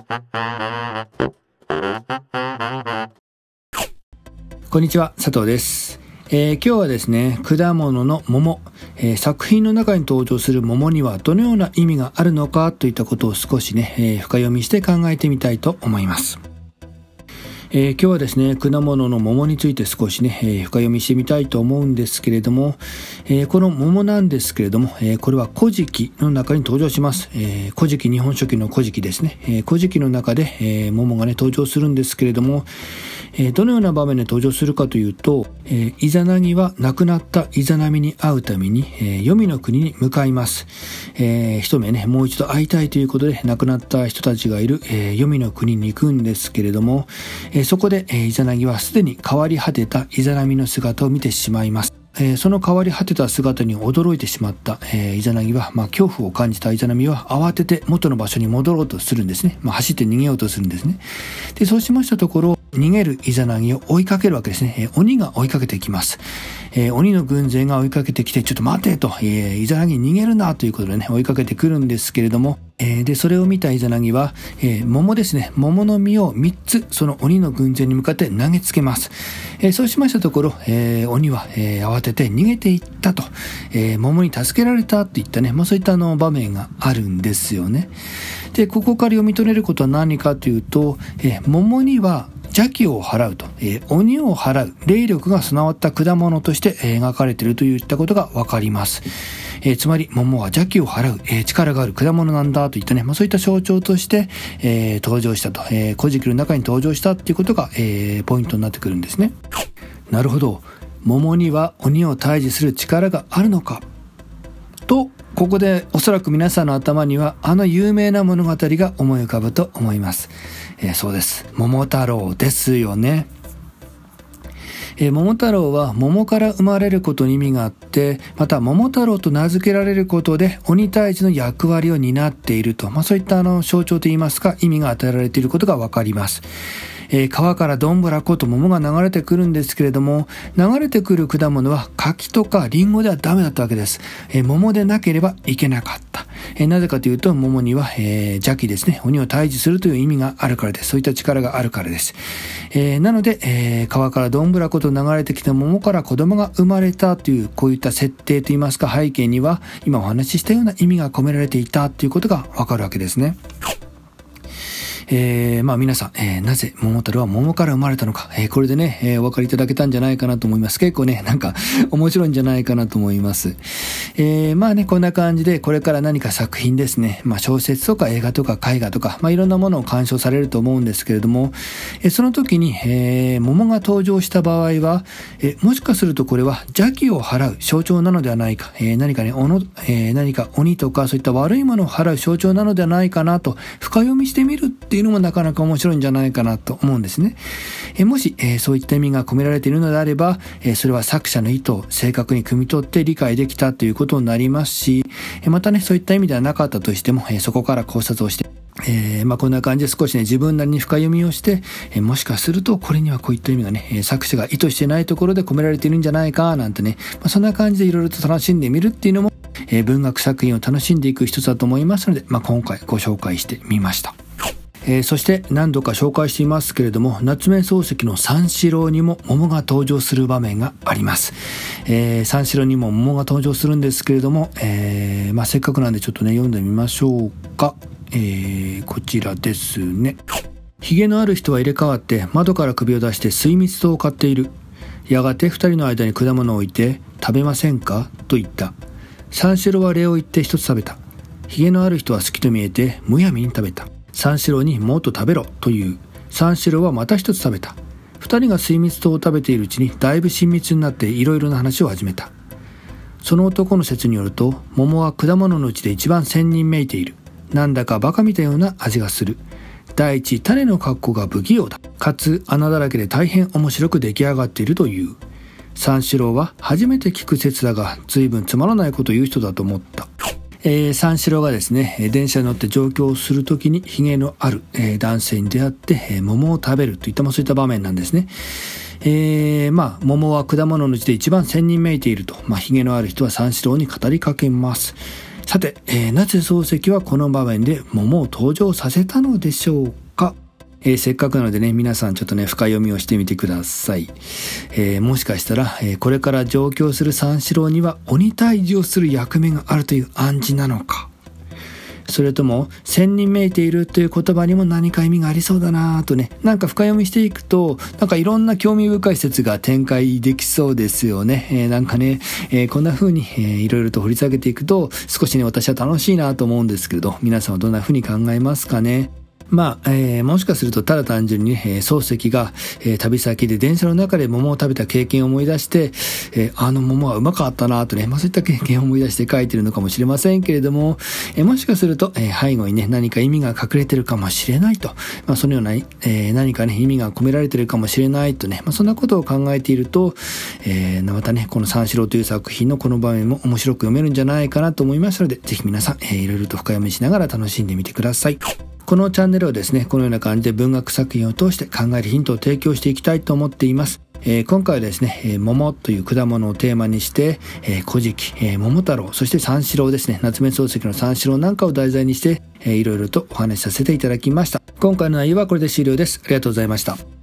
こんにちは、佐藤です。今日はですね、果物の桃、作品の中に登場する桃にはどのような意味があるのかといったことを少しね、深読みして考えてみたいと思います。今日はですね、果物の桃について少しね、深読みしてみたいと思うんですけれども、この桃なんですけれども、これは古事記の中に登場します。古事記、日本書紀の古事記ですね。古事記の中で、桃がね、登場するんですけれども、どのような場面で登場するかというと、イザナギは亡くなったイザナミに会うために、黄泉の国に向かいます。一目ね、もう一度会いたいということで亡くなった人たちがいる、黄泉の国に行くんですけれども、そこで、イザナギはすでに変わり果てたイザナミの姿を見てしまいます。その変わり果てた姿に驚いてしまった、イザナギは、恐怖を感じたイザナミは慌てて元の場所に戻ろうとするんですね。走って逃げようとするんですね。で、そうしましたところ、逃げるイザナギを追いかけるわけですね。鬼が追いかけてきます。鬼の軍勢が追いかけてきて、ちょっと待てと、イザナギ逃げるなということでね、追いかけてくるんですけれども、で、それを見たイザナギは、桃ですね、桃の実を3つ、その鬼の軍勢に向かって投げつけます。そうしましたところ、鬼は、慌てて逃げていったと、桃に助けられたといったね、そういった場面があるんですよね。で、ここから読み取れることは何かというと、桃には邪気を払うと、鬼を払う霊力が備わった果物として描かれているといったことがわかります。つまり桃は邪気を払う、力がある果物なんだといったね、そういった象徴として、登場したと、古事記の中に登場したということが、ポイントになってくるんですね。なるほど、桃には鬼を退治する力があるのかと、ここでおそらく皆さんの頭にはあの有名な物語が思い浮かぶと思います。そうです、桃太郎ですよね。桃太郎は桃から生まれることに意味があって、また桃太郎と名付けられることで鬼退治の役割を担っていると、そういった象徴といいますか、意味が与えられていることがわかります。川からどんぶらこと桃が流れてくるんですけれども、流れてくる果物は柿とかリンゴではダメだったわけです。桃でなければいけなかった。なぜかというと、桃には、邪気ですね、鬼を退治するという意味があるからです。そういった力があるからです。なので、川からどんぶらこと流れてきた桃から子供が生まれたという、こういった設定といいますか、背景には今お話ししたような意味が込められていたということがわかるわけですね。皆さん、なぜ桃太郎は桃から生まれたのか、これでね、お分かりいただけたんじゃないかなと思います。結構ね、面白いんじゃないかなと思います。こんな感じで、これから何か作品ですね、小説とか映画とか絵画とか、いろんなものを鑑賞されると思うんですけれども、その時に、桃が登場した場合は、もしかするとこれは邪気を払う象徴なのではないか、何か鬼とかそういった悪いものを払う象徴なのではないかなと深読みしてみるっていうのもなかなか面白いんじゃないかなと思うんですね。もし、そういった意味が込められているのであれば、それは作者の意図を正確に汲み取って理解できたということになりますし、またね、そういった意味ではなかったとしても、そこから考察をして、こんな感じで少しね、自分なりに深読みをして、もしかするとこれにはこういった意味がね、作者が意図してないところで込められているんじゃないかなんてね、そんな感じでいろいろと楽しんでみるっていうのも、文学作品を楽しんでいく一つだと思いますので、今回ご紹介してみました。そして何度か紹介していますけれども、夏目漱石の三四郎にも桃が登場する場面があります。三四郎にも桃が登場するんですけれども、せっかくなんでちょっとね、読んでみましょうか。こちらですね。ひげのある人は入れ替わって窓から首を出して水蜜糖を買っている。やがて二人の間に果物を置いて、食べませんかと言った。三四郎は礼を言って一つ食べた。ひげのある人は好きと見えてむやみに食べた。三四郎にもっと食べろという。三四郎はまた一つ食べた。二人が水蜜糖を食べているうちにだいぶ親密になっていろいろな話を始めた。その男の説によると、桃は果物のうちで一番仙人めいている。なんだかバカみたいなような味がする。第一、種の格好が不器用だ。かつ穴だらけで大変面白く出来上がっているという。三四郎は初めて聞く説だが、随分つまらないことを言う人だと思った。三四郎がですね、電車に乗って上京するときにひげのある、男性に出会って、桃を食べるといったそういった場面なんですね。桃は果物のうちで一番仙人めいていると、ひげのある人は三四郎に語りかけます。 さて、なぜ漱石はこの場面で桃を登場させたのでしょうか。せっかくなのでね、皆さんちょっとね、深読みをしてみてください。もしかしたら、これから上京する三四郎には鬼退治をする役目があるという暗示なのか。それとも千人めいているという言葉にも何か意味がありそうだなとね、なんか深読みしていくとなんかいろんな興味深い説が展開できそうですよね。なんかね、こんな風に、いろいろと掘り下げていくと少しね私は楽しいなと思うんですけれど、皆さんはどんな風に考えますかね。もしかするとただ単純にね、漱石が、旅先で電車の中で桃を食べた経験を思い出して、あの桃はうまかったなとね、そういった経験を思い出して書いてるのかもしれませんけれども、もしかすると、背後にね何か意味が隠れてるかもしれないと、そのような、何かね意味が込められてるかもしれないとね、そんなことを考えていると、またねこの三四郎という作品のこの場面も面白く読めるんじゃないかなと思いましたので、ぜひ皆さん、いろいろと深読みしながら楽しんでみてください。このチャンネルはですね、このような感じで文学作品を通して考えるヒントを提供していきたいと思っています。今回はですね、桃という果物をテーマにして、古事記、桃太郎、そして三四郎ですね、夏目漱石の三四郎なんかを題材にして、いろいろとお話しさせていただきました。今回の内容はこれで終了です。ありがとうございました。